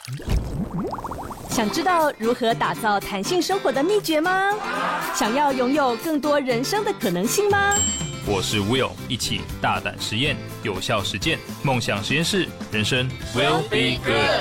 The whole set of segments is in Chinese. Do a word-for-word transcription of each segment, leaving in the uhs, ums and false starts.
想知道如何打造弹性生活的秘诀吗？想要拥有更多人生的可能性吗？ 我是 Will， 一起大胆实验，有效实践，梦想实验室，人生 will be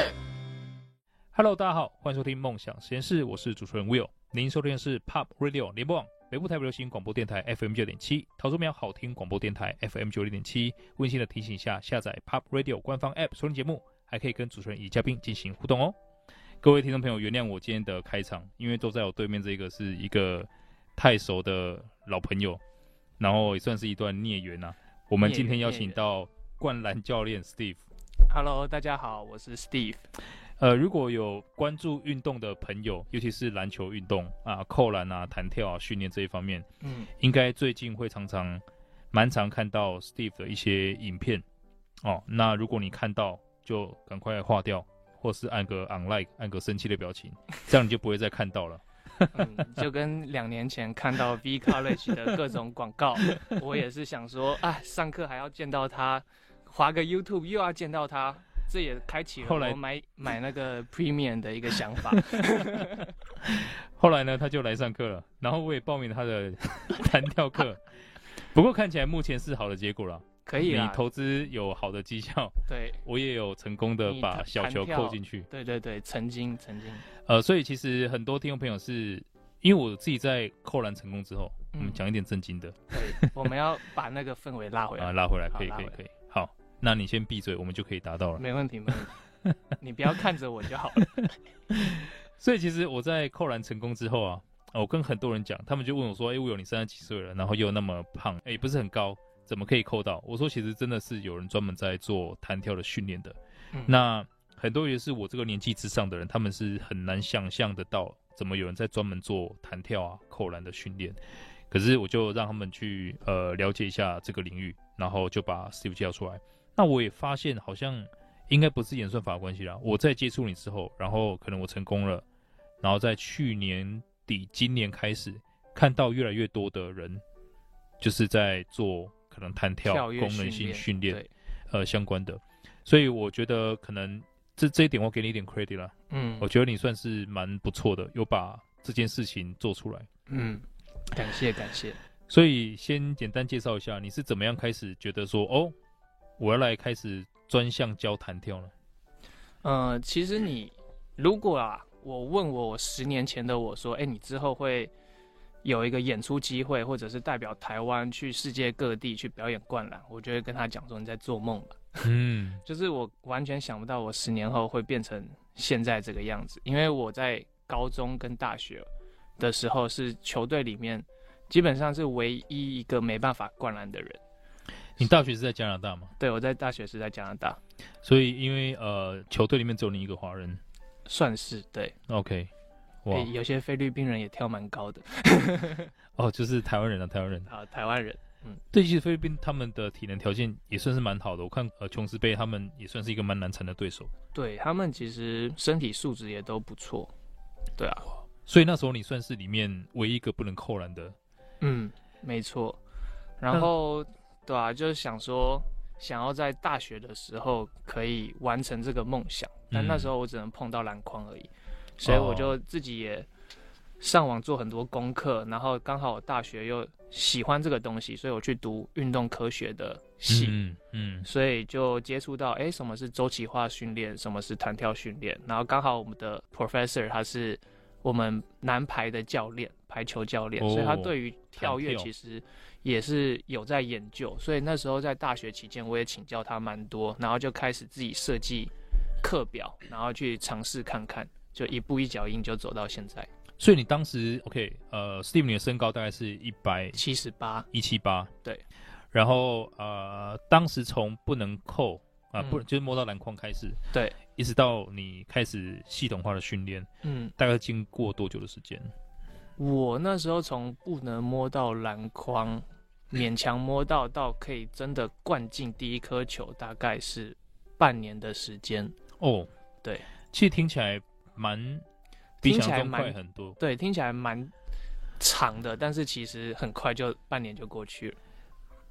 good。Hello， 大家好，欢迎收听梦想实验室，我是主持人 Will。您收听的是 Pop Radio 联播网北部台北流行广播电台 F M 九点七，桃竹苗好听广播电台 F M 九六点七。温馨的提醒一下，下载 Pop Radio 官方 App 收听节目，还可以跟主持人以及嘉宾进行互动哦。各位听众朋友，原谅我今天的开场，因为坐在我对面这个是一个太熟的老朋友，然后也算是一段孽缘啊。我们今天邀请到灌篮教练 Steve。Hello， 大家好，我是 Steve。 呃，如果有关注运动的朋友，尤其是篮球运动啊、扣篮啊、弹跳啊、训练这一方面，嗯，应该最近会常常蛮常看到 Steve 的一些影片哦。那如果你看到，就赶快划掉。或是按个 unlike， 按个生气的表情，这样你就不会再看到了。 嗯，就跟两年前看到 V College 的各种广告，我也是想说，哎，上课还要见到他，滑个 YouTube 又要见到他，这也开启了我买买那个 Premium 的一个想法。 后来呢，他就来上课了，然后我也报名了他的弹跳课，不过看起来目前是好的结果了。 可以啦， 你投资有好的绩效， 对， 我也有成功的把小球扣进去， 对对对，曾经曾经， 呃，所以其实很多听众朋友是因为我自己在扣篮成功之后，嗯、我们讲一点正经的， 对，我们要把那个氛围拉回来， 啊，拉回来，可以可以可以，好，那你先闭嘴，我们就可以达到了， 没问题没问题，你不要看着我就好了。 所以其实我在扣篮成功之后啊，我跟很多人讲，他们就问我说，哎、欸，我有你三十几岁了，然后又那么胖，哎、欸，不是很高。怎么可以扣到？我说其实真的是有人专门在做弹跳的训练的、嗯。那很多也是我这个年纪之上的人，他们是很难想象得到怎么有人在专门做弹跳啊、扣篮的训练。可是我就让他们去呃了解一下这个领域，然后就把 Steve 介绍出来。那我也发现好像应该不是演算法的关系啦。我在接触你之后，然后可能我成功了，然后在去年底、今年开始看到越来越多的人就是在做。可能弹跳功能性训练，呃，相关的，所以我觉得可能这这一点我给你一点 credit 啦，嗯，我觉得你算是蛮不错的，有把这件事情做出来， 嗯，感谢感谢。 所以先简单介绍一下，你是怎么样开始觉得说，哦，我要来开始专项教弹跳呢？ 呃，其实你如果啊，我问我十年前的我说，哎，你之后会有一个演出机会，或者是代表台湾去世界各地去表演灌篮，我就会跟他讲说你在做梦吧。嗯，就是我完全想不到我十年后会变成现在这个样子，因为我在高中跟大学的时候是球队里面基本上是唯一一个没办法灌篮的人。 你大学是在加拿大吗？ 对，我在大学是在加拿大， 所以因为呃球队里面只有你一个华人， 算是对。 OK。 欸、有些菲律宾人也跳蛮高的。 哦，就是台湾人啊，台湾人啊，台湾人。嗯， 对，其实菲律宾他们的体能条件也算是蛮好的。我看呃琼斯杯他们也算是一个蛮难缠的对手。 对，他们其实身体素质也都不错。对啊， 所以那时候你算是里面唯一一个不能扣篮的。 嗯，没错。然后，对啊，就是想说，想要在大学的时候可以完成这个梦想，但那时候我只能碰到篮筐而已。所以我就自己也上网做很多功课，然后刚好我大学又喜欢这个东西，所以我去读运动科学的系，嗯嗯，所以就接触到，哎，什么是周期化训练，什么是弹跳训练，然后刚好我们的 professor 他是我们男排的教练，排球教练，哦、所以他对于跳跃其实也是有在研究，所以那时候在大学期间我也请教他蛮多，然后就开始自己设计课表，然后去尝试看看。就一步一脚印就走到现在。 所以你当时 OK， 呃 ，Steve 你的身高大概是一百七十八， 一七八， 对。 然后呃，当时从不能扣啊、呃嗯，不就是摸到篮筐开始， 对， 一直到你开始系统化的训练，嗯，大概经过多久的时间？ 我那时候从不能摸到篮筐，勉强摸到到可以真的灌进第一颗球，大概是半年的时间。 哦， 对， 其实听起来蛮比想象中快很多。 对，听起来蛮长的，但是其实很快就半年就过去了。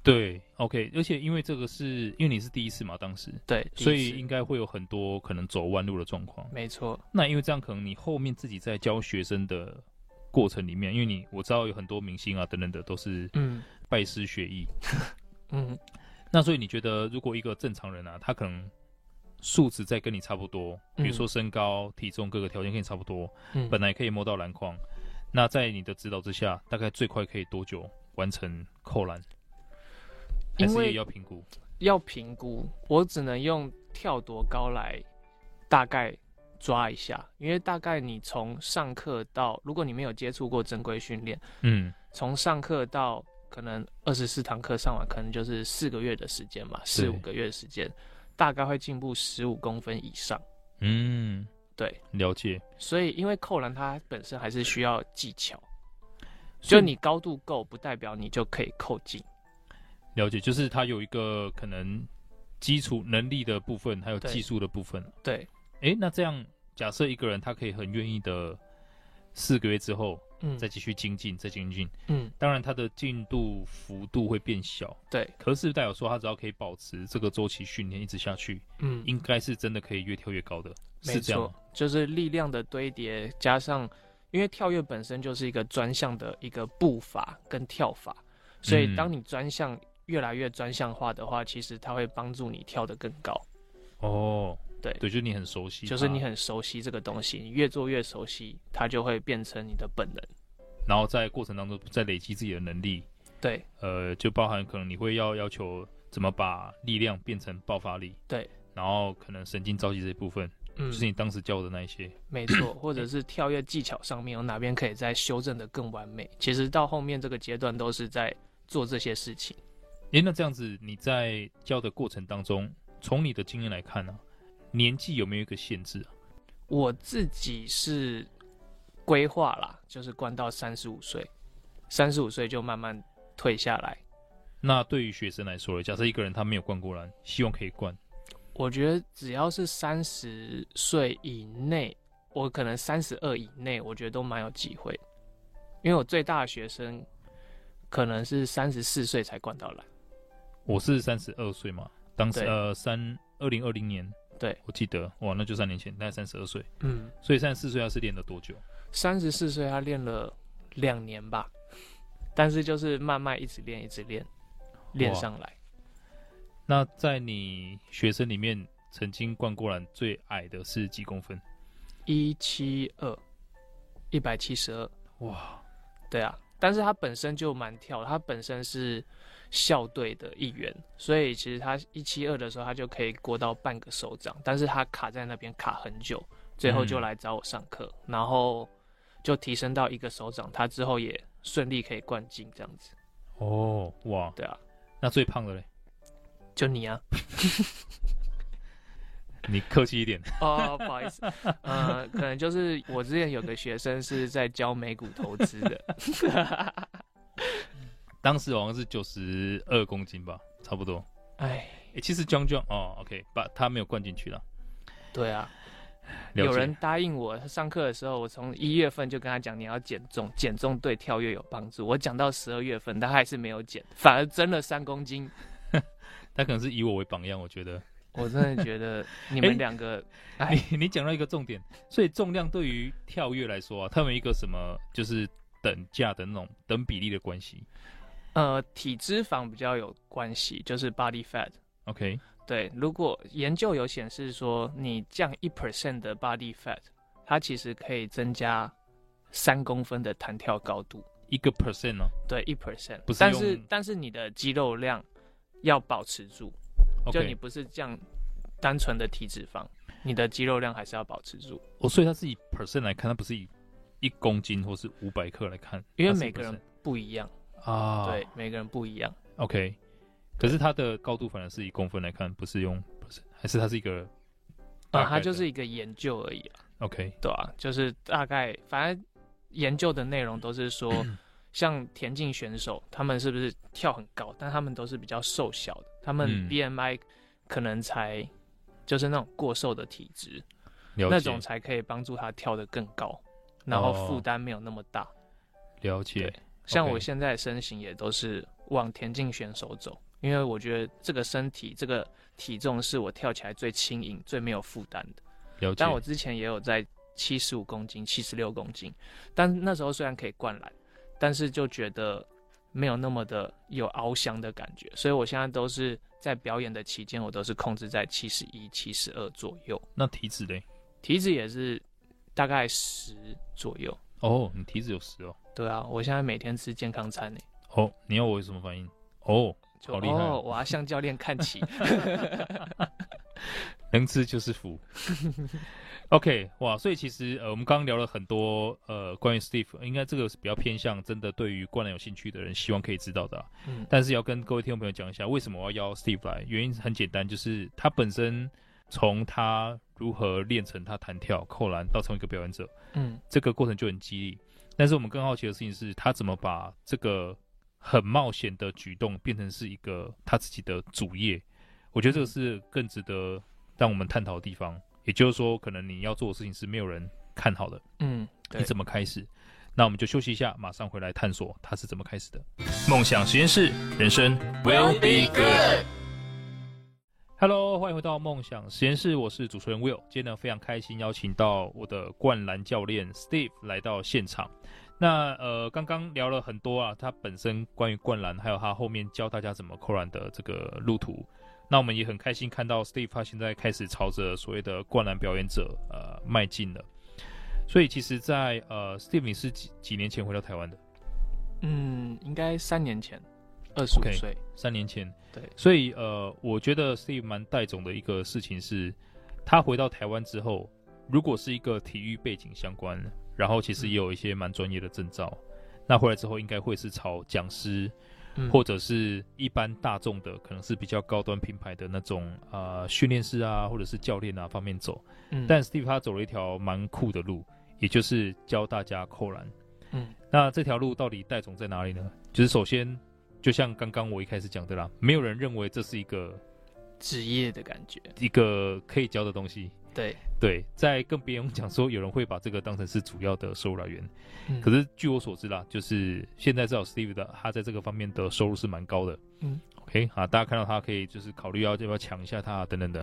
对 ，OK， 而且因为这个是因为你是第一次嘛，当时对， 所以应该会有很多可能走弯路的状况。 没错。 那因为这样，可能你后面自己在教学生的过程里面，因为你我知道有很多明星啊等等的都是嗯拜师学艺，嗯，那所以你觉得如果一个正常人啊，他可能数值在跟你差不多，比如说身高、体重各个条件跟你差不多，嗯，本来可以摸到篮筐，那在你的指导之下，大概最快可以多久完成扣篮？还是也要评估？ 要评估，我只能用跳多高来大概抓一下，因为大概你从上课到，如果你没有接触过正规训练，嗯，从上课到可能二十四堂课上完，可能就是四个月的时间嘛，四五个月的时间。大概会进步十五公分以上，嗯，对， 了解。 所以因为扣篮它本身还是需要技巧，就你高度够，不代表你就可以扣进。 了解，就是它有一个可能基础能力的部分，还有技术的部分。 对， 哎，那这样假设一个人他可以很愿意的四个月之后，嗯，再继续精进，再精进，嗯，当然他的进度幅度会变小， 对， 可是代表说他只要可以保持这个周期训练一直下去，嗯，应该是真的可以越跳越高的，是这样吗？ 就是力量的堆叠加上，因为跳跃本身就是一个专项的一个步伐跟跳法，所以当你专项越来越专项化的话，其实它会帮助你跳得更高。 哦。 对对，就是你很熟悉， 就是你很熟悉这个东西，你越做越熟悉，它就会变成你的本能。 然后在过程当中再累积自己的能力。 对， 呃，就包含可能你会要要求怎么把力量变成爆发力。 对， 然后可能神经召集这一部分，嗯，就是你当时教的那一些。 没错，或者是跳跃技巧上面有哪边可以再修正的更完美。其实到后面这个阶段都是在做这些事情。 诶，那这样子你在教的过程当中，从你的经验来看呢、啊？年纪有没有一个限制啊？ 我自己是规划啦，就是灌到三十五岁，三十五岁就慢慢退下来。 那对于学生来说，假设一个人他没有灌过篮，希望可以灌， 我觉得只要是三十岁以内，我可能三十二以内，我觉得都蛮有机会。因为我最大的学生可能是三十四岁才灌到篮。 我是三十二岁嘛，当时呃三二零二零年。 对， 我记得哇，那就三年前，大概三十二岁。嗯，所以三十四岁他是练了多久？ 三十四岁他练了两年吧，但是就是慢慢一直练，一直练，练上来。 那在你学生里面，曾经灌过篮最矮的是几公分？ 一七二，一百七十二。 哇， 对啊，但是他本身就蛮跳的，他本身是校队的一员，所以其实他一七二的时候，他就可以过到半个手掌，但是他卡在那边卡很久，最后就来找我上课，嗯、然后就提升到一个手掌，他之后也顺利可以灌进这样子。 哦，哇， 对啊， 那最胖的嘞？ 就你啊。 你客气一点哦，不好意思，呃，可能就是我之前有个学生是在教美股投资的。 当时好像是九十二公斤吧，差不多。哎、欸，其实 John John 哦 ，OK， 把他没有灌进去了。 对啊，有人答应我上课的时候，我从一月份就跟他讲你要减重，减重对跳跃有帮助。我讲到十二月份，他还是没有减，反而增了三公斤。 他可能是以我为榜样，我觉得。 我真的觉得你们两个， 欸、你你讲到一个重点，所以重量对于跳跃来说啊，他们有一个什么就是等价的那种等比例的关系。 呃，体脂肪比较有关系，就是 body fat。OK， 对，如果研究有显示说，你降一 percent 的 body fat， 它其实可以增加三公分的弹跳高度。 一个 percent 呢？ 对，一 percent。 不是， 但是但是你的肌肉量要保持住， okay. 就你不是降单纯的体脂肪，你的肌肉量还是要保持住。 哦，所以它是以 percent 来看，它不是以一公斤或是五百克来看， 因为每个人不一样。 啊， 对，每个人不一样。 OK， 可是它的高度反而是以公分来看，不是用，不是，还是它是一个， 啊，它就是一个研究而已啊。 OK， 对啊，就是大概，反正研究的内容都是说，像田径选手，他们是不是跳很高，但他们都是比较瘦小的，他们 B M I 可能才就是那种过瘦的体质，那种才可以帮助他跳得更高，然后负担没有那么大。 了解。 像我现在的身形也都是往田径选手走，因为我觉得这个身体这个体重是我跳起来最轻盈、最没有负担的。 了解。 但我之前也有在七十五公斤、七十六公斤，但那时候虽然可以灌篮，但是就觉得没有那么的有翱翔的感觉，所以我现在都是在表演的期间，我都是控制在七十一、七十二左右。 那体脂嘞？体脂也是大概十左右。 哦，你体脂有十哦？ 对啊，我现在每天吃健康餐呢。 哦，你要我有什么反应？哦，好厉害！ 哦，我要向教练看齐。 能吃就是福。OK， 哇，所以其实呃，我们刚刚聊了很多呃，关于 Steve， 应该这个是比较偏向真的对于灌篮有兴趣的人希望可以知道的、啊。嗯。但是要跟各位听众朋友讲一下，为什么我要邀 Steve 来？原因很简单，就是他本身从他如何练成他弹跳、扣篮到成为一个表演者，嗯，这个过程就很激励。但是我们更好奇的事情是，他怎么把这个很冒险的举动变成是一个他自己的主业？我觉得这个是更值得让我们探讨的地方。也就是说，可能你要做的事情是没有人看好的，嗯，你怎么开始？那我们就休息一下，马上回来探索它是怎么开始的。梦想实验室，人生 will be good。Hello， 欢迎回到梦想实验室，我是主持人 Will。今天呢，非常开心邀请到我的灌篮教练 Steve 来到现场。那呃，刚刚聊了很多啊，他本身关于灌篮，还有他后面教大家怎么扣篮的这个路途。那我们也很开心看到 Steve 他现在开始朝着所谓的灌篮表演者呃迈进了。所以其实在呃 Steve 你是几几年前回到台湾的？ 嗯，应该三年前，二十五岁， 三年前。 对。 所以呃，我觉得 Steve 蛮带种的一个事情是，他回到台湾之后，如果是一个体育背景相关，然后其实也有一些蛮专业的证照，嗯、那回来之后应该会是朝讲师。或者是一般大众的，可能是比较高端品牌的那种呃训练师啊，或者是教练啊方面走。嗯，但 Steve 他走了一条蛮酷的路，也就是教大家扣篮。嗯，那这条路到底带种在哪里呢？就是首先，就像刚刚我一开始讲的啦，没有人认为这是一个职业的感觉， 一个可以教的东西。 对对，再更别用讲说有人会把这个当成是主要的收入来源。嗯、可是据我所知啦，就是现在至少 Steve 的他在这个方面的收入是蛮高的。嗯 ，OK 啊，大家看到他可以就是考虑要要不要抢一下他、啊、等等的。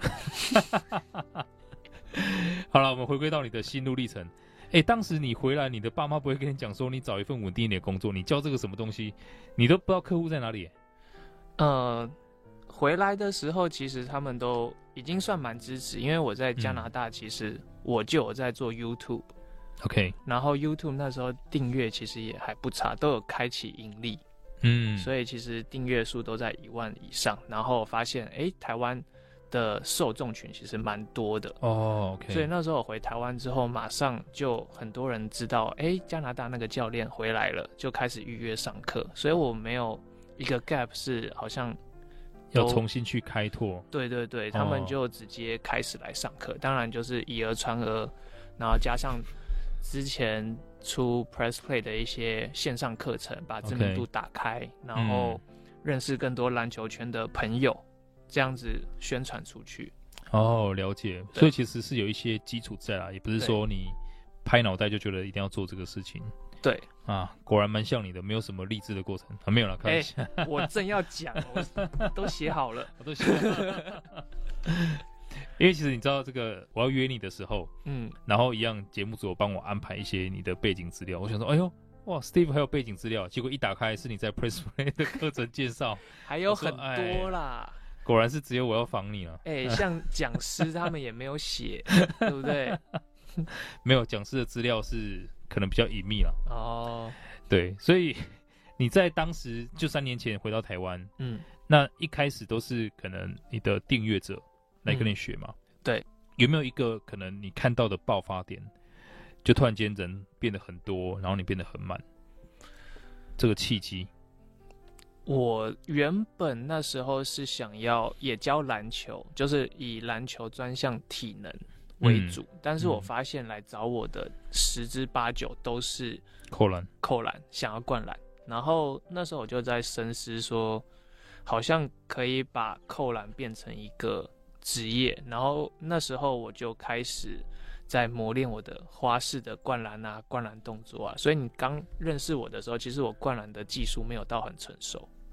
好了，我们回归到你的心路历程。哎，当时你回来，你的爸妈不会跟你讲说你找一份稳定一点的工作，你教这个什么东西，你都不知道客户在哪里？ 呃，回来的时候其实他们都已经算蛮支持，因为我在加拿大，其实我就有在做 YouTube。OK， 然后 YouTube 那时候订阅其实也还不差，都有开启盈利，嗯，所以其实订阅数都在一万以上。然后发现，哎，台湾的受众群其实蛮多的哦、oh, ，OK。 所以那时候我回台湾之后，马上就很多人知道，哎，加拿大那个教练回来了，就开始预约上课。所以我没有一个 gap 是好像要重新去开拓。 对对对，他们就直接开始来上课， oh. 当然就是以讹传讹，然后加上之前出 Press Play 的一些线上课程，把知名度打开， okay. 然后认识更多篮球圈的朋友，这样子宣传出去。 哦，了解。所以其实是有一些基础在啦，也不是说你拍脑袋就觉得一定要做这个事情。 对啊，果然蛮像你的，没有什么励志的过程啊，没有啦，开玩笑。 欸、我正要讲，我都写好了， 我都写好了。因为其实你知道这个，我要约你的时候，嗯，然后一样节目组帮我安排一些你的背景资料，我想说，哎呦，哇 ，Steve 还有背景资料，结果一打开是你在 Press Play 的课程介绍， 还有很多啦。 果然是只有我要仿你了。 哎、欸，像讲师他们也没有写，对不对？ 没有，讲师的资料是可能比较隐秘啦。 哦， 对，所以你在当时就三年前回到台湾，嗯，那一开始都是可能你的订阅者来跟你学嘛、嗯？ 对， 有没有一个可能你看到的爆发点，就突然间人变得很多，然后你变得很慢，这个契机？ 我原本那时候是想要也教篮球，就是以篮球专项体能为主，嗯、但是我发现来找我的十之八九都是扣篮， 扣篮想要灌篮。然后那时候我就在深思说，好像可以把扣篮变成一个职业。然后那时候我就开始在磨练我的花式的灌篮啊、灌篮动作啊。所以你刚认识我的时候，其实我灌篮的技术没有到很成熟。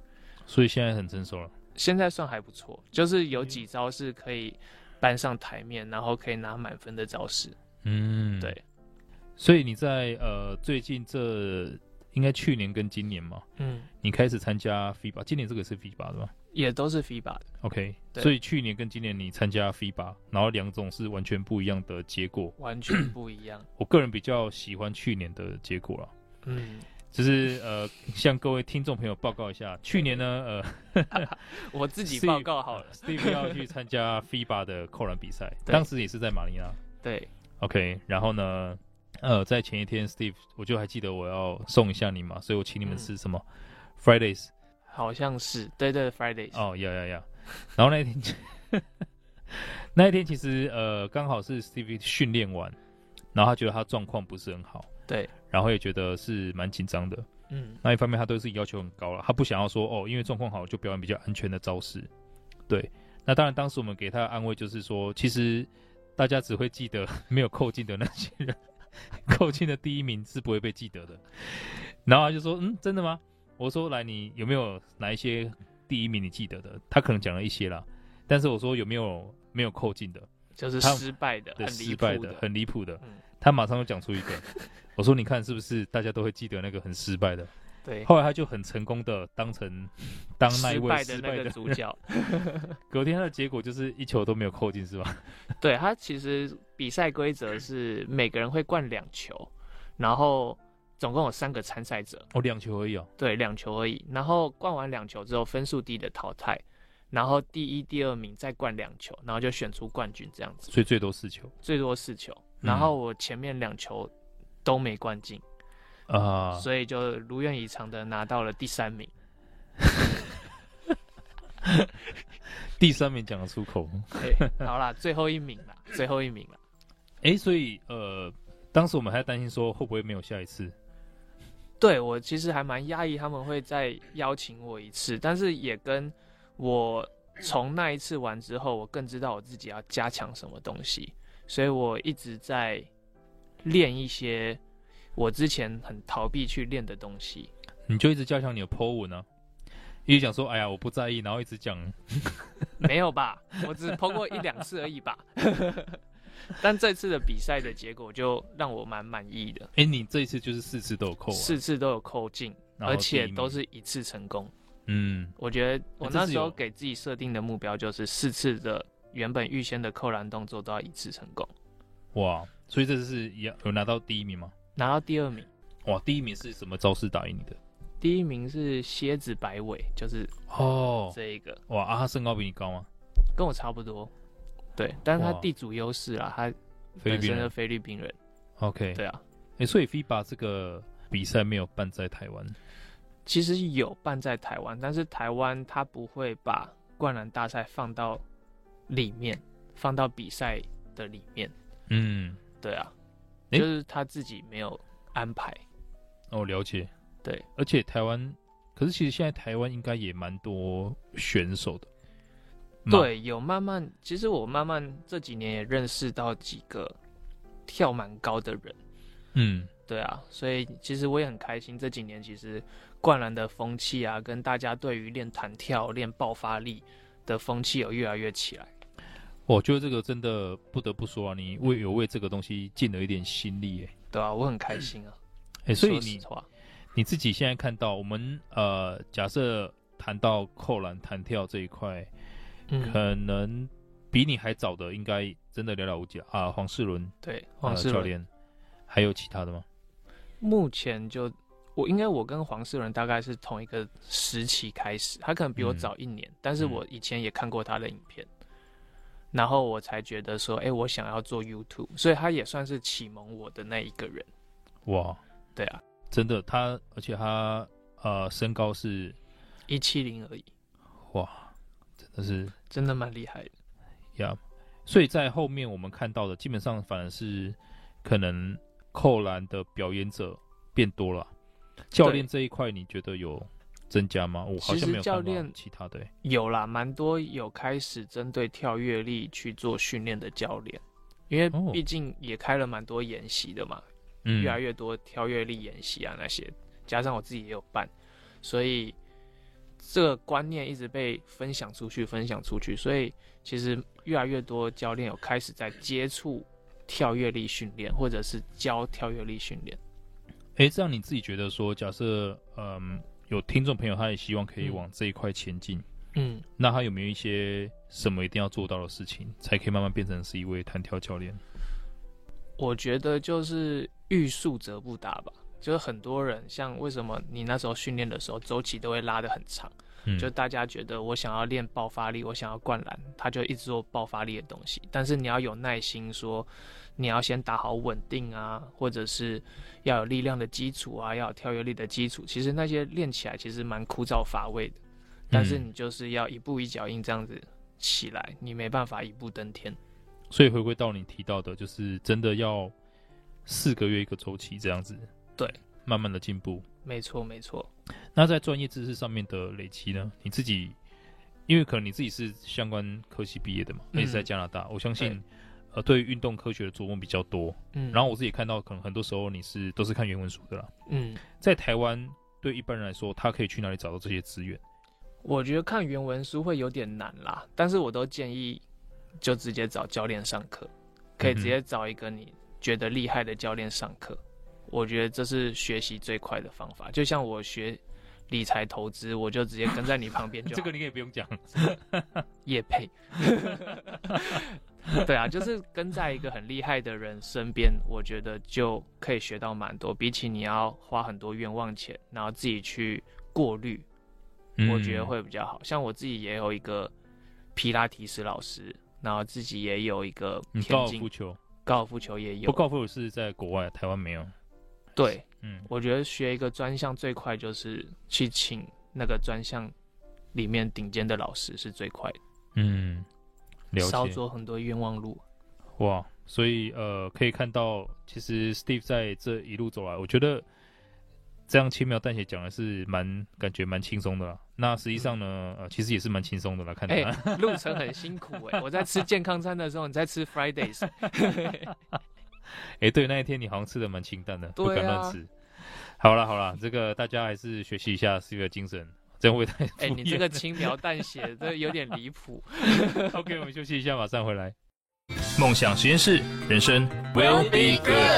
所以现在很成熟了。 现在算还不错，就是有几招是可以搬上台面，然后可以拿满分的招式。 嗯， 对。 所以你在呃最近这应该去年跟今年嘛，嗯，你开始参加 F I B A， 今年这个是 F I B A 的吗？ 也都是 F I B A 的。 OK， 所以去年跟今年你参加 F I B A， 然后两种是完全不一样的结果， 完全不一样。 我个人比较喜欢去年的结果啦。 嗯。 就是呃，向各位听众朋友报告一下，去年呢，呃， 我自己报告好了 ，Steve, Steve 要去参加 F I B A 的扣篮比赛，当时也是在马尼拉。 对 ，OK， 然后呢，呃，在前一天 ，Steve 我就还记得我要送一下你嘛，所以我请你们吃什么、嗯、Fridays， 好像是，对对 Fridays。 哦，呀呀呀，然后那一天，那一天其实呃刚好是 Steve 训练完，然后他觉得他状况不是很好。 对， 然后也觉得是蛮紧张的，嗯，那一方面他对自己要求很高了，他不想要说哦，因为状况好就表演比较安全的招式，对。那当然，当时我们给他的安慰就是说，其实大家只会记得没有扣进的那些人，扣进的第一名是不会被记得的。然后他就说，嗯，真的吗？我说来，你有没有哪一些第一名你记得的？他可能讲了一些啦，但是我说有没有没有扣进的， 就是失败的， 很失败的， 很离谱的，嗯，他马上就讲出一个。我说你看是不是大家都会记得那个很失败的？ 对。 后来他就很成功的当成当那一位失败的那个主角。 隔天他的结果就是一球都没有扣进，是吧？ 对，他其实比赛规则是每个人会灌两球，然后总共有三个参赛者。 哦，两球而已哦。 对，两球而已。然后灌完两球之后，分数低的淘汰，然后第一、第二名再灌两球，然后就选出冠军这样子。 所以最多四球。 最多四球。然后我前面两球都没灌进啊，所以就如愿以偿的拿到了第三名。 第三名讲得出口。 欸、好啦，最后一名啦，最后一名啦。 哎、欸，所以呃，当时我们还担心说会不会没有下一次。 对，我其实还蛮压抑他们会再邀请我一次，但是也跟我从那一次完之后，我更知道我自己要加强什么东西。所以我一直在练一些我之前很逃避去练的东西。 你就一直加强你的 po 文啊，一直讲说哎呀我不在意，然后一直讲。 没有吧，我只 po 过一两次而已吧。但这次的比赛的结果就让我蛮满意的。 哎、欸，你这一次就是四次都有扣、啊， 四次都有扣进，而且都是一次成功。嗯，我觉得我那时候给自己设定的目标就是四次的原本预先的扣篮动作都要一次成功。 哇，所以这次有拿到第一名吗？ 拿到第二名。 哇，第一名是什么招式打赢你的？ 第一名是蝎子摆尾，就是哦这一个。 哇，啊，他身高比你高吗？ 跟我差不多。对，但是他地主优势啦，他本身的菲律宾人。 OK， 对啊。 哎、欸，所以 F I B A 这个比赛没有办在台湾。 其实有办在台湾，但是台湾他不会把灌篮大赛放到里面，放到比赛的里面。嗯，对啊，欸、就是他自己没有安排。 哦，了解。 对， 而且台湾，可是其实现在台湾应该也蛮多选手的。 对，有慢慢，其实我慢慢这几年也认识到几个跳蛮高的人。嗯，对啊，所以其实我也很开心，这几年其实灌篮的风气啊，跟大家对于练弹跳、练爆发力的风气有越来越起来。 我觉得这个真的不得不说啊，你为有为这个东西尽了一点心力耶。 对啊，我很开心啊。 哎、欸，所以你你自己现在看到我们呃，假设谈到扣篮、弹跳这一块。嗯、可能比你还早的，应该真的寥寥无几啊。黄世伦， 对，黄世伦、呃、 教练，还有其他的吗？ 目前就我应该我跟黄世伦大概是同一个时期开始，他可能比我早一年，嗯、但是我以前也看过他的影片，嗯、然后我才觉得说，哎、欸，我想要做 YouTube， 所以他也算是启蒙我的那一个人。 哇， 对啊， 真的，他而且他呃身高是一七零而已， 哇。但是真的蛮厉害的呀， yeah, 所以在后面我们看到的，基本上反而是可能扣篮的表演者变多了。教练这一块你觉得有增加吗？我好像没有看到其他的、欸。 有啦，蛮多有开始针对跳跃力去做训练的教练，因为毕竟也开了蛮多研习的嘛，嗯、越来越多跳跃力研习啊那些，加上我自己也有办，所以。 这个观念一直被分享出去，分享出去，所以其实越来越多教练有开始在接触跳跃力训练，或者是教跳跃力训练。 哎，这样你自己觉得说，假设嗯有听众朋友他也希望可以往这一块前进，嗯，那他有没有一些什么一定要做到的事情，才可以慢慢变成是一位弹跳教练？ 我觉得就是欲速则不达吧。就是很多人像为什么你那时候训练的时候周期都会拉得很长，嗯，就大家觉得我想要练爆发力，我想要灌篮，他就一直做爆发力的东西，但是你要有耐心说你要先打好稳定啊，或者是要有力量的基础啊，要有跳跃力的基础，其实那些练起来其实蛮枯燥乏味的，但是你就是要一步一脚印这样子起来，你没办法一步登天。 所以回归到你提到的，就是真的要四个月一个周期这样子，对，慢慢的进步。 没错没错。 那在专业知识上面的累积呢，你自己因为可能你自己是相关科系毕业的嘛，而且是在加拿大，我相信呃对于运动科学的琢磨比较多，嗯，然后我自己看到可能很多时候你是都是看原文书的啦，嗯，在台湾对一般人来说，他可以去哪里找到这些资源？ 我觉得看原文书会有点难啦，但是我都建议就直接找教练上课，可以直接找一个你觉得厉害的教练上课，我觉得这是学习最快的方法。就像我学理财投资，我就直接跟在你旁边就好。 这个你可以不用讲， 业配。对啊，就是跟在一个很厉害的人身边，我觉得就可以学到蛮多，比起你要花很多冤枉钱，然后自己去过滤，嗯，我觉得会比较好。像我自己也有一个皮拉提斯老师，然后自己也有一个田径， 高尔夫球， 高尔夫球也有。 不，高尔夫球是在国外，台湾没有。 对，嗯，我觉得学一个专项最快就是去请那个专项里面顶尖的老师是最快的。嗯，了解。少走很多冤枉路。 哇，所以呃，可以看到，其实 Steve 在这一路走来，我觉得这样轻描淡写讲的是蛮感觉蛮轻松的啦。那实际上呢，嗯、呃，其实也是蛮轻松的啦。看起来、 欸、路程很辛苦哎、欸。我在吃健康餐的时候，你在吃 Fridays。 哎、欸，对，那一天你好像吃的蛮清淡的，不敢乱吃。好啦好啦，这个大家还是学习一下 Steve 的精神，这样会太敷衍。 哎、欸，你这个轻描淡写，这有点离谱。 OK， 我们休息一下，马上回来。梦想实验室，人生 will be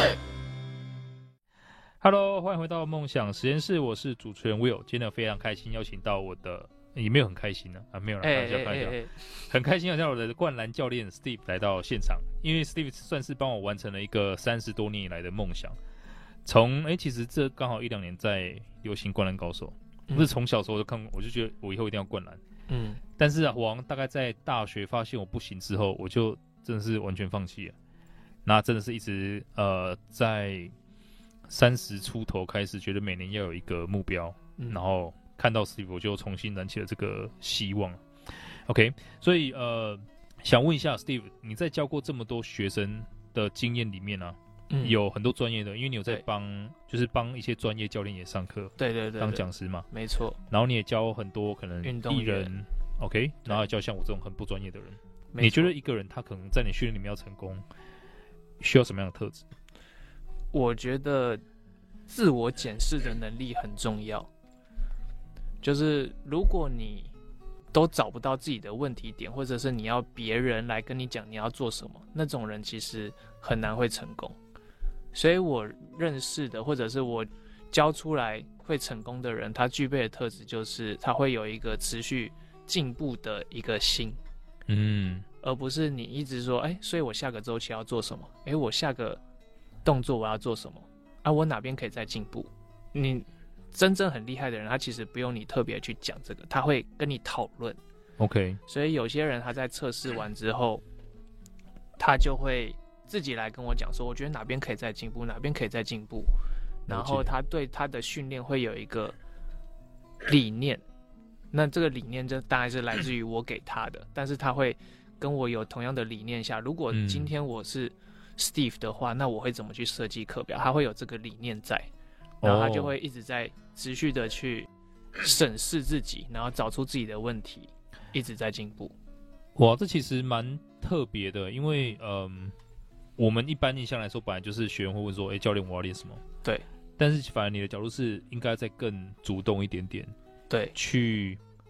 good。Hello， 欢迎回到梦想实验室，我是主持人 Will。今天非常开心邀请到我的，也没有很开心呢啊，没有啦，开玩笑，开玩笑，很开心邀请到我的灌篮教练 Steve 来到现场，因为 Steve 算是帮我完成了一个三十多年以来的梦想。从哎、欸，其实这刚好一两年在流行灌篮高手，不是从小时候我就看过，我就觉得我以后一定要灌篮。嗯，但是啊，我好像大概在大学发现我不行之后，我就真的是完全放弃了。那真的是一直呃在三十出头开始，觉得每年要有一个目标，嗯、然后看到 Steve 我就重新燃起了这个希望。OK， 所以呃想问一下 Steve， 你在教过这么多学生的经验里面呢、啊？嗯、有很多专业的，因为你有在帮，就是帮一些专业教练也上课， 对对 对, 对， 当讲师嘛， 没错。 然后你也教很多可能艺人 ，OK， 然后也教像我这种很不专业的人。你觉得一个人他可能在你训练里面要成功，需要什么样的特质？ 我觉得自我检视的能力很重要。就是如果你都找不到自己的问题点，或者是你要别人来跟你讲你要做什么，那种人其实很难会成功。所以我认识的，或者是我教出来会成功的人，他具备的特质就是他会有一个持续进步的一个心，嗯，而不是你一直说，哎、欸，所以我下个周期要做什么？哎、欸，我下个动作我要做什么？啊，我哪边可以再进步？你真正很厉害的人，他其实不用你特别去讲这个，他会跟你讨论。 OK， 所以有些人他在测试完之后，他就会自己来跟我讲说，我觉得哪边可以再进步，哪边可以再进步。然后他对他的训练会有一个理念，那这个理念就当然是来自于我给他的，但是他会跟我有同样的理念下，如果今天我是 Steve 的话，嗯、那我会怎么去设计课表？他会有这个理念在，然后他就会一直在持续的去审视自己，然后找出自己的问题，一直在进步。 哇，这其实蛮特别的，因为嗯，我们一般印象来说，本来就是学员会问说，哎、欸，教练我要练什么？ 对。 但是反而你的角度是应该再更主动一点点， 对， 去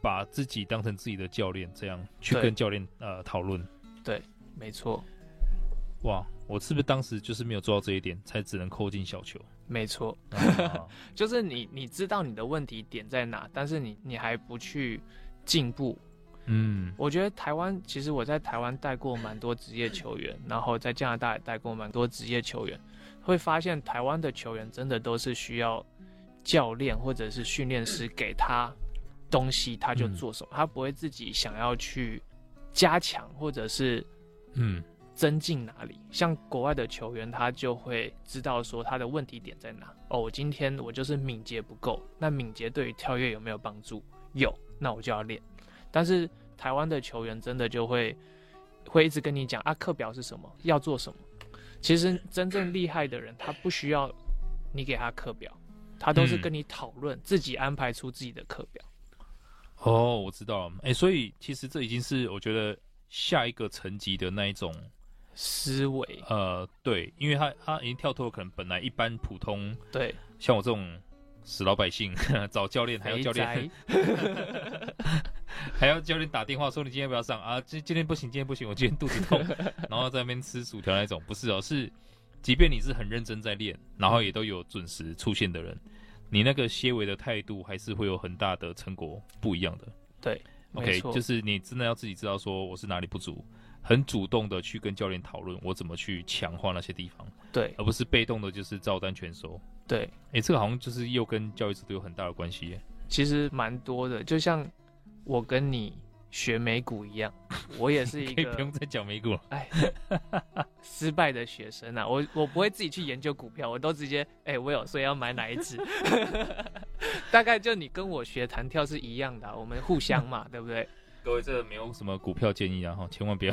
把自己当成自己的教练，这样去跟教练呃讨论。 对，没错。 哇，我是不是当时就是没有做到这一点，才只能扣进小球？ 没错， 啊、 就是你你知道你的问题点在哪，但是你你还不去进步。 嗯， 我觉得台湾其实我在台湾带过蛮多职业球员，然后在加拿大也带过蛮多职业球员，会发现台湾的球员真的都是需要教练或者是训练师给他东西，他就做什么，嗯、他不会自己想要去加强或者是嗯增进哪里。像国外的球员，他就会知道说他的问题点在哪。哦，我今天我就是敏捷不够，那敏捷对于跳跃有没有帮助？有，那我就要练。但是台湾的球员真的就会会一直跟你讲啊，课表是什么，要做什么。其实真正厉害的人，他不需要你给他课表，他都是跟你讨论，嗯、自己安排出自己的课表。 哦，我知道了。哎，所以其实这已经是我觉得下一个层级的那一种思维。呃， 对，因为他他已经跳脱了可能本来一般普通， 对， 像我这种死老百姓找教练，还要教练，还要教练打电话说你今天不要上啊，今今天不行，今天不行，我今天肚子痛，然后在那边吃薯条那种，不是哦，是即便你是很认真在练，然后也都有准时出现的人，你那个些微的态度还是会有很大的成果不一样的。 对 ，OK， 就是你真的要自己知道说我是哪里不足，很主动的去跟教练讨论我怎么去强化那些地方， 对， 而不是被动的就是照单全收。 对， 哎、欸，这个好像就是又跟教育制度有很大的关系耶。 其实蛮多的，就像我跟你学美股一样，我也是一个可以不用再讲美股了。 哎，失败的学生啊，我我不会自己去研究股票，我都直接哎、欸，我有所以要买哪一只，大概就你跟我学弹跳是一样的、啊，我们互相嘛，对不对？ 各位，这没有什么股票建议啊，哈，千万不要。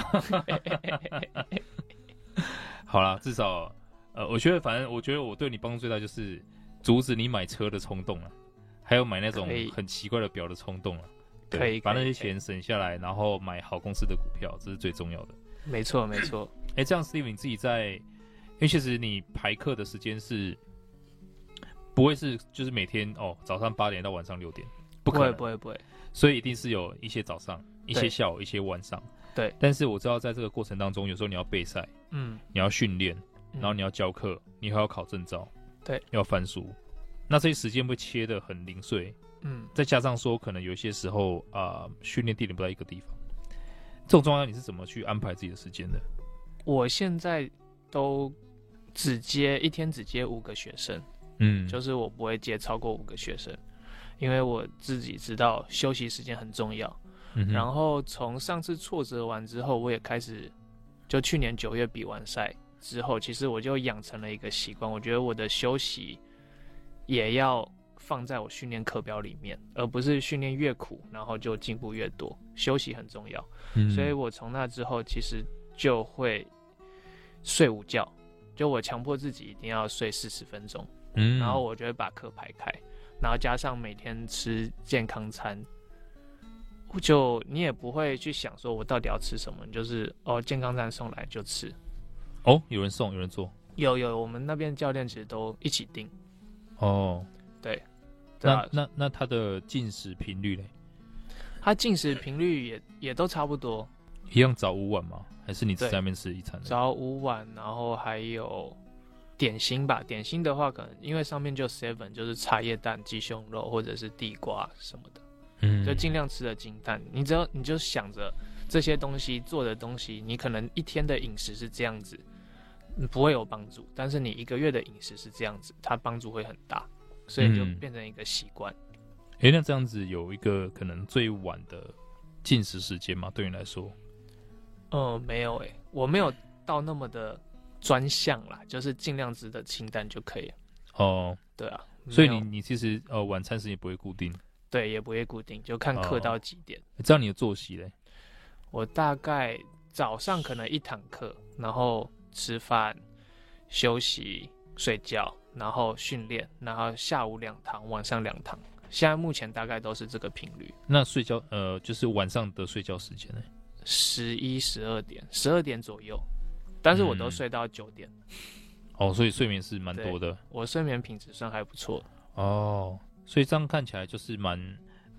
好啦，至少。呃，我觉得反正我觉得我对你帮助最大就是阻止你买车的冲动了，还有买那种很奇怪的表的冲动了。 可以， 把那些钱省下来，然后买好公司的股票，这是最重要的。 没错，没错。 哎、欸，这样 Steve 你自己在，因为其实你排课的时间是不会是就是每天哦早上八点到晚上六点，不可能， 不会，不会，不会。 所以一定是有一些早上，一些下午，一些晚上。 对。 但是我知道在这个过程当中，有时候你要备赛，嗯，你要训练。然后你要教课，你还要考证照， 对， 要翻书，那这些时间会切得很零碎，嗯，再加上说可能有些时候啊，训练地点不在一个地方，这种状况你是怎么去安排自己的时间的？ 我现在都只接一天只接五个学生，嗯，就是我不会接超过五个学生，因为我自己知道休息时间很重要。嗯、然后从上次挫折完之后，我也开始，就去年九月比完赛之后，其实我就养成了一个习惯，我觉得我的休息也要放在我训练课表里面，而不是训练越苦，然后就进步越多。休息很重要，嗯、所以我从那之后其实就会睡午觉，就我强迫自己一定要睡四十分钟，嗯，然后我就会把课排开，然后加上每天吃健康餐。就你也不会去想说我到底要吃什么，你就是哦健康餐送来就吃。 哦，有人送，有人做， 有有，我们那边教练其实都一起订。 哦， 对， 对啊、那那那他的进食频率嘞？ 他进食频率也也都差不多， 一样早午晚吗？还是你只在那边吃一餐？ 早午晚，然后还有点心吧。点心的话，可能因为上面就 seven 就是茶叶蛋、鸡胸肉或者是地瓜什么的，嗯，就尽量吃的清淡。你只要你就想着这些东西做的东西，你可能一天的饮食是这样子。不会有帮助，但是你一个月的饮食是这样子，它帮助会很大，所以就变成一个习惯。 哎、嗯欸，那这样子有一个可能最晚的进食时间吗？对你来说？ 呃，没有哎、欸，我没有到那么的专项啦，就是尽量吃的清淡就可以了。哦，对啊， 所以你你其实呃晚餐时间不会固定？ 对，也不会固定，就看课到几点。 哦、这样你的作息嘞？ 我大概早上可能一堂课，然后吃饭、休息、睡觉，然后训练，然后下午两堂，晚上两堂。现在目前大概都是这个频率。 那睡觉，呃，就是晚上的睡觉时间呢？ 十一、十二点，十二点左右，但是我都睡到九点、嗯。 哦，所以睡眠是蛮多的。 我睡眠品质算还不错。 哦，所以这样看起来就是蛮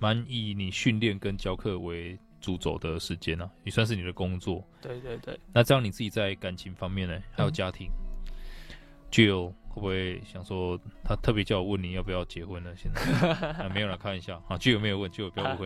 蛮以你训练跟教课为主轴的时间啊，也算是你的工作。 对对对。 那这样你自己在感情方面呢，还有家庭，具有、嗯、会不会想说，他特别叫我问你要不要结婚呢？现在、啊、没有啦，开玩笑啊，具有没有问，具有不要误会。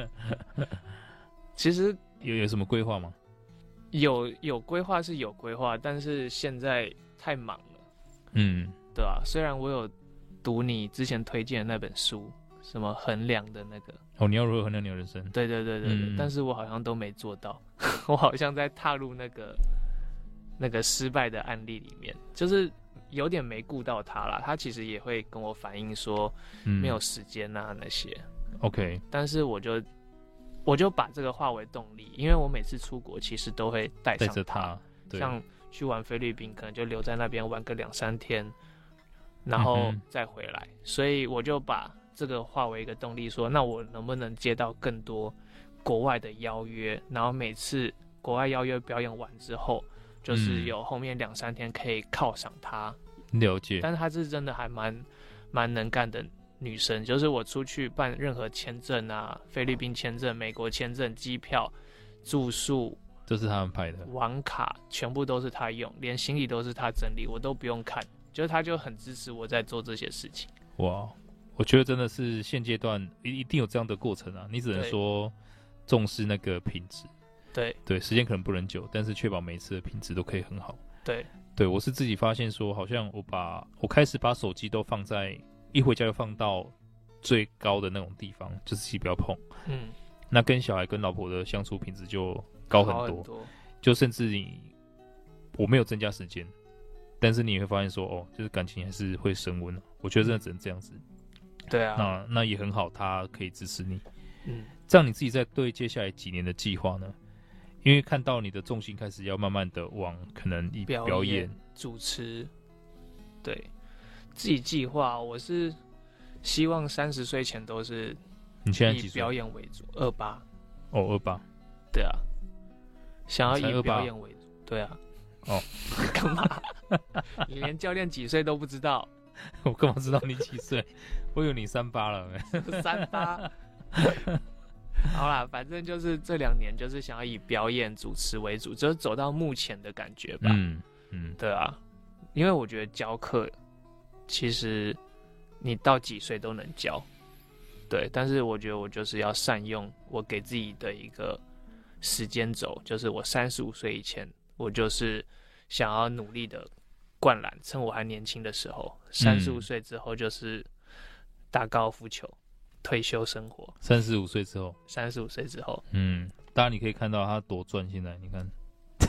其实有有什么规划吗？ 有有规划是有规划，但是现在太忙了。 嗯， 对啊，虽然我有读你之前推荐的那本书，什么衡量的那个。 哦，你要如何衡量你的人生？ 对对对对对、嗯，但是我好像都没做到，我好像在踏入那个那个失败的案例里面，就是有点没顾到他啦。他其实也会跟我反映说没有时间啊、嗯、那些。 OK， 但是我就我就把这个化为动力，因为我每次出国其实都会带上他， 带着他，对， 像去玩菲律宾，可能就留在那边玩个两三天，然后再回来、嗯，所以我就把这个化为一个动力，说那我能不能接到更多国外的邀约，然后每次国外邀约表演完之后，就是有后面两三天可以犒赏他。 了解。 但是她是真的还蛮蛮能干的女生，就是我出去办任何签证啊，菲律宾签证、美国签证、机票、住宿， 这是他们拍的， 网卡全部都是她用，连行李都是她整理，我都不用看，就是她就很支持我在做这些事情。 哇，我觉得真的是现阶段一定有这样的过程啊，你只能说重视那个品质。 对对，时间可能不能久，但是确保每一次的品质都可以很好。 对对，我是自己发现说，好像我把我开始把手机都放在一回家就放到最高的那种地方，就是自己不要碰。 嗯， 那跟小孩跟老婆的相处品质就高很多， 很多就甚至你我没有增加时间，但是你也会发现说，哦，就是感情还是会升温。我觉得真的只能这样子。 对啊， 那那也很好，他可以支持你。 嗯，这样你自己在对接下来几年的计划呢？因为看到你的重心开始要慢慢的往可能以表演、 表演主持，对自己计划，我是希望三十岁前都是你现在几岁？ 以表演为主，二八。 哦，二八。 对啊，想要以表演为主。对啊。 哦， 干嘛？你连教练几岁都不知道？ 我干嘛知道你几岁？我以为你三八了。 三八。好啦，反正就是这两年就是想要以表演主持为主，就是走到目前的感觉吧。 嗯嗯， 对啊，因为我觉得教课其实你到几岁都能教，对，但是我觉得我就是要善用我给自己的一个时间轴，就是我三十五岁以前，我就是想要努力的灌篮，趁我还年轻的时候，三十五岁之后就是打高尔夫球。退休生活， 三十五岁之后， 三十五岁之后， 嗯，当然你可以看到他多赚。现在你看，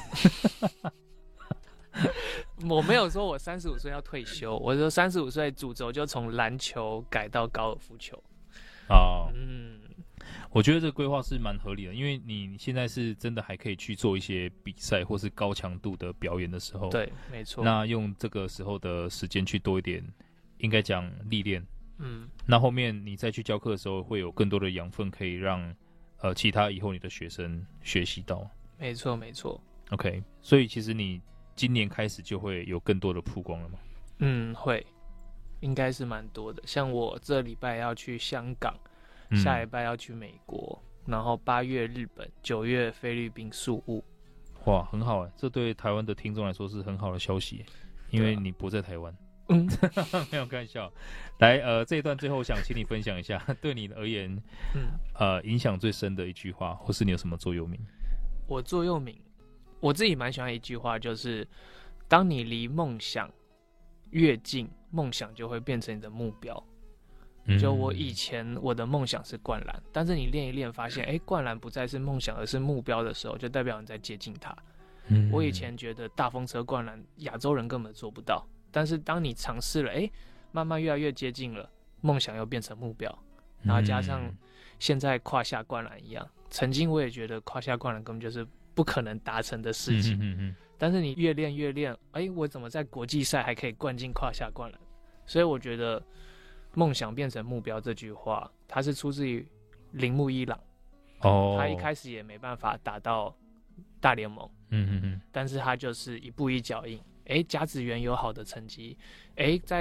我没有说我三十五岁要退休，我说三十五岁主轴就从篮球改到高尔夫球。 哦， 嗯， 我觉得这个规划是蛮合理的，因为你现在是真的还可以去做一些比赛或是高强度的表演的时候， 对，没错。 那用这个时候的时间去多一点，应该讲历练。 嗯， 那后面你再去教课的时候，会有更多的养分可以让呃其他以后你的学生学习到。 没错，没错。 OK， 所以其实你今年开始就会有更多的曝光了吗？ 嗯，会，应该是蛮多的。像我这礼拜要去香港， 嗯、 下礼拜要去美国，然后八月日本，九月菲律宾宿务。 哇，很好哎，这对台湾的听众来说是很好的消息，因为你不在台湾。 嗯， 没有开玩笑。来，呃，这一段最后想请你分享一下，对你而言， 嗯， 呃，影响最深的一句话，或是你有什么座右铭？ 我座右铭，我自己蛮喜欢一句话，就是当你离梦想越近，梦想就会变成你的目标。 嗯、 就我以前我的梦想是灌篮，但是你练一练发现，哎，灌篮不再是梦想，而是目标的时候，就代表你在接近它。 嗯、 我以前觉得大风车灌篮，亚洲人根本做不到。但是当你尝试了，哎，慢慢越来越接近了，梦想又变成目标，然后加上现在胯下灌篮一样，曾经我也觉得胯下灌篮根本就是不可能达成的事情， 嗯嗯嗯、 但是你越练越练，哎，我怎么在国际赛还可以灌进胯下灌篮？所以我觉得梦想变成目标这句话，它是出自于铃木一朗， 哦， 他一开始也没办法打到大联盟， 嗯嗯嗯， 但是他就是一步一脚印。哎，甲子园有好的成绩，哎，在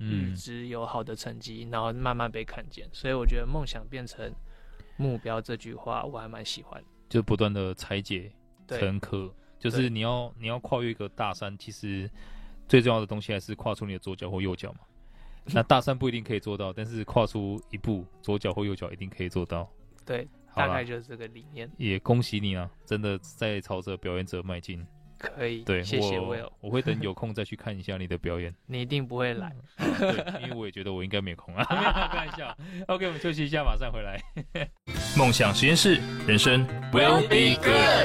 预知有好的成绩，然后慢慢被看见。所以我觉得梦想变成目标这句话，我还蛮喜欢。 就不断的拆解成壳，就是你要你要跨越一个大山，其实最重要的东西还是跨出你的左脚或右脚嘛。那大山不一定可以做到，但是跨出一步，左脚或右脚一定可以做到。 对，大概就是这个理念。也恭喜你啊，真的在朝着表演者迈进。 可以， 对， 谢谢 Will， 我会等有空再去看一下你的表演。 你一定不会来， 嗯、对，因为我也觉得我应该没空啊。开玩笑。OK， 我们休息一下，马上回来。梦想实验室，人生 will be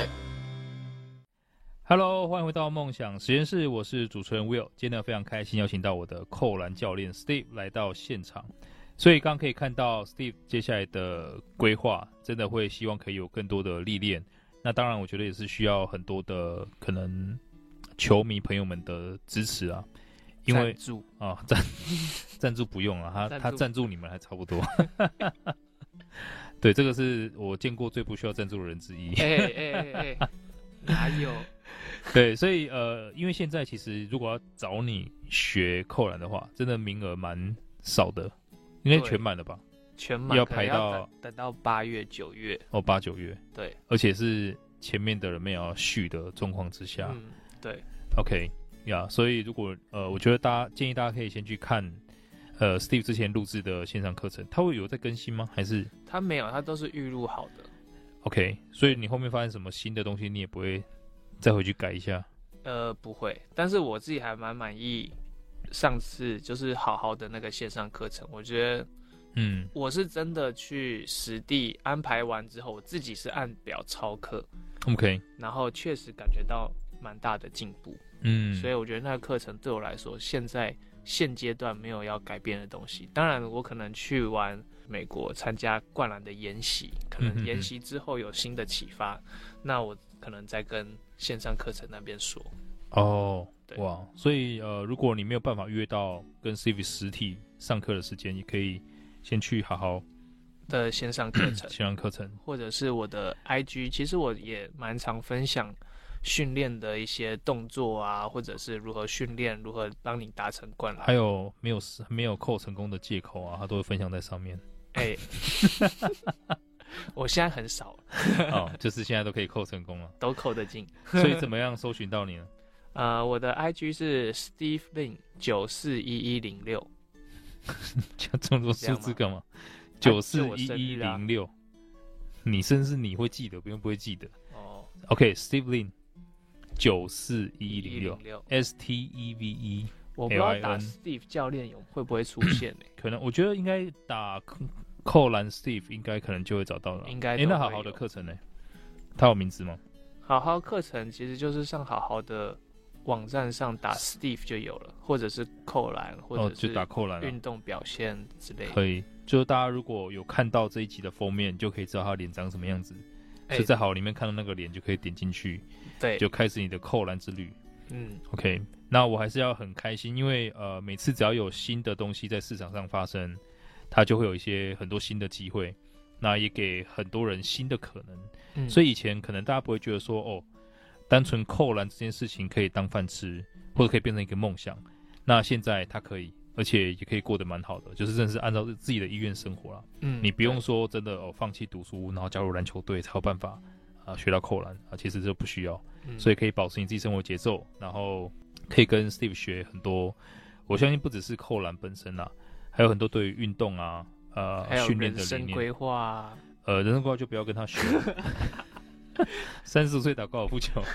good。Hello， 欢迎回到梦想实验室，我是主持人 Will。今天呢非常开心邀请到我的扣篮教练 Steve 来到现场。所以刚刚可以看到 Steve 接下来的规划，真的会希望可以有更多的历练。那当然我觉得也是需要很多的可能球迷朋友们的支持啊，因为赞助啊赞赞助不用啊，他他赞助你们还差不多。对，这个是我见过最不需要赞助的人之一。 哎哎哎哎，哪有？ 对，所以呃，因为现在其实如果要找你学扣篮的话，真的名额蛮少的，应该全满了吧？ 全满要排到要 等, 等到八月九月哦，八九月对， 而且是前面的人没有要续的状况之下， 嗯，对 ，OK 呀、yeah, ，所以如果呃，我觉得大家建议大家可以先去看呃 Steve 之前录制的线上课程，他会有在更新吗？还是他没有，他都是预录好的 ？OK， 所以你后面发现什么新的东西，你也不会再回去改一下？ 呃，不会，但是我自己还蛮满意上次就是好好的那个线上课程，我觉得。 嗯， 我是真的去实地安排完之后，我自己是按表操课 ，OK， 然后确实感觉到蛮大的进步， 嗯， 所以我觉得那个课程对我来说，现在现阶段没有要改变的东西。当然，我可能去完美国参加灌篮的研习，可能研习之后有新的启发，嗯、那我可能再跟线上课程那边说。 哦，哇，所以呃，如果你没有办法约到跟 Steve 实体上课的时间，也可以。先去好好的线上课程， 线上课程， 或者是我的 I G， 其实我也蛮常分享训练的一些动作啊，或者是如何训练，如何帮你达成灌篮， 还有没有没有扣成功的借口啊，他都会分享在上面。 哎、欸，我现在很少哦，就是现在都可以扣成功了， 都扣得进。 所以怎么样搜寻到你呢？ 呃，我的 I G 是 Steve Lin 九四一一零六。 加这么多数字干嘛？九四一一零六，你生日你会记得，不用不会记得。哦 ，OK，Steve Lin 九四一一零六 ，S T E V E， 我不知道打 Steve 教练有会不会出现呢、欸？ 可能我觉得应该打扣篮 Steve 应该可能就会找到了。 应该哎、 欸，那好好的课程呢？他有名字吗？ 好好课程其实就是上好好的。网站上打 Steve 就有了，或者是扣篮，或者是就打扣篮运动表现之类的。 可以，就是大家如果有看到这一集的封面，就可以知道他脸长什么样子。欸、所以在好里面看到那个脸，就可以点进去， 对， 就开始你的扣篮之旅。 嗯 ，OK， 那我还是要很开心，因为呃，每次只要有新的东西在市场上发生，它就会有一些很多新的机会，那也给很多人新的可能。嗯，所以以前可能大家不会觉得说哦。单纯扣篮这件事情可以当饭吃，或者可以变成一个梦想。那现在它可以，而且也可以过得蛮好的，就是真的是按照自己的意愿生活啦。嗯，你不用说真的哦，放弃读书，然后加入篮球队才有办法啊、呃、学到扣篮啊，其实这不需要、嗯。所以可以保持你自己生活节奏，然后可以跟 Steve 学很多。我相信不只是扣篮本身啦，还有很多对于运动啊、呃训练的理念、 人生规划。 呃，人生规划就不要跟他学了。三十岁打高尔夫球，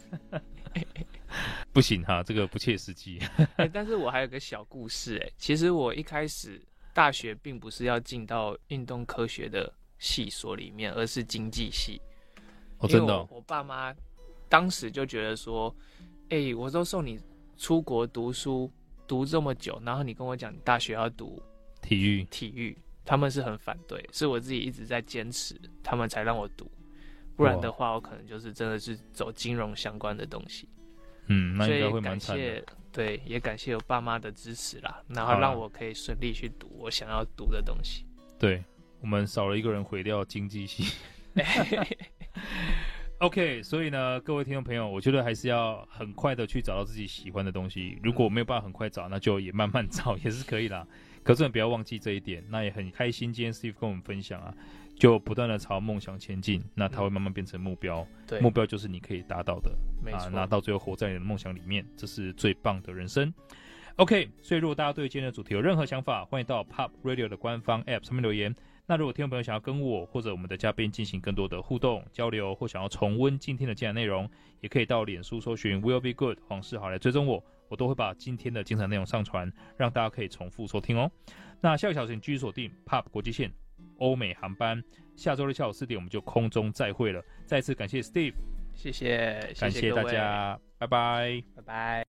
不行哈，这个不切实际。 欸、但是我还有个小故事哎、欸，其实我一开始大学并不是要进到运动科学的系所里面，而是经济系。 哦，真的、哦。 我, 我爸妈当时就觉得说，哎、欸，我都送你出国读书读这么久，然后你跟我讲你大学要读体育， 体育，他们是很反对，是我自己一直在坚持，他们才让我读。不然的话，我可能就是真的是走金融相关的东西。 嗯，那应该会蛮惨的。 对，也感谢我爸妈的支持啦，然后让我可以顺利去读我想要读的东西。 对，我们少了一个人毁掉经济系。 OK， 所以呢，各位听众朋友，我觉得还是要很快的去找到自己喜欢的东西。如果没有办法很快找，那就也慢慢找也是可以啦。可是不要忘记这一点。那也很开心，今天 Steve 跟我们分享啊，就不断的朝梦想前进，那它会慢慢变成目标。 对， 目标就是你可以达到的， 没错、 啊，那到最后活在你的梦想里面，这是最棒的人生。OK， 所以如果大家对今天的主题有任何想法，欢迎到 Pop Radio 的官方 App 上面留言。那如果听众朋友想要跟我或者我们的嘉宾进行更多的互动交流，或想要重温今天的精彩内容，也可以到脸书搜寻 Will Be Good 黄世豪来追踪我，我都会把今天的精彩内容上传，让大家可以重复收听哦。那下个小时你继续锁定 Pop 国际线欧美航班，下周六下午四点我们就空中再会了。再次感谢 Steve， 谢谢， 感谢大家，拜拜， 拜拜。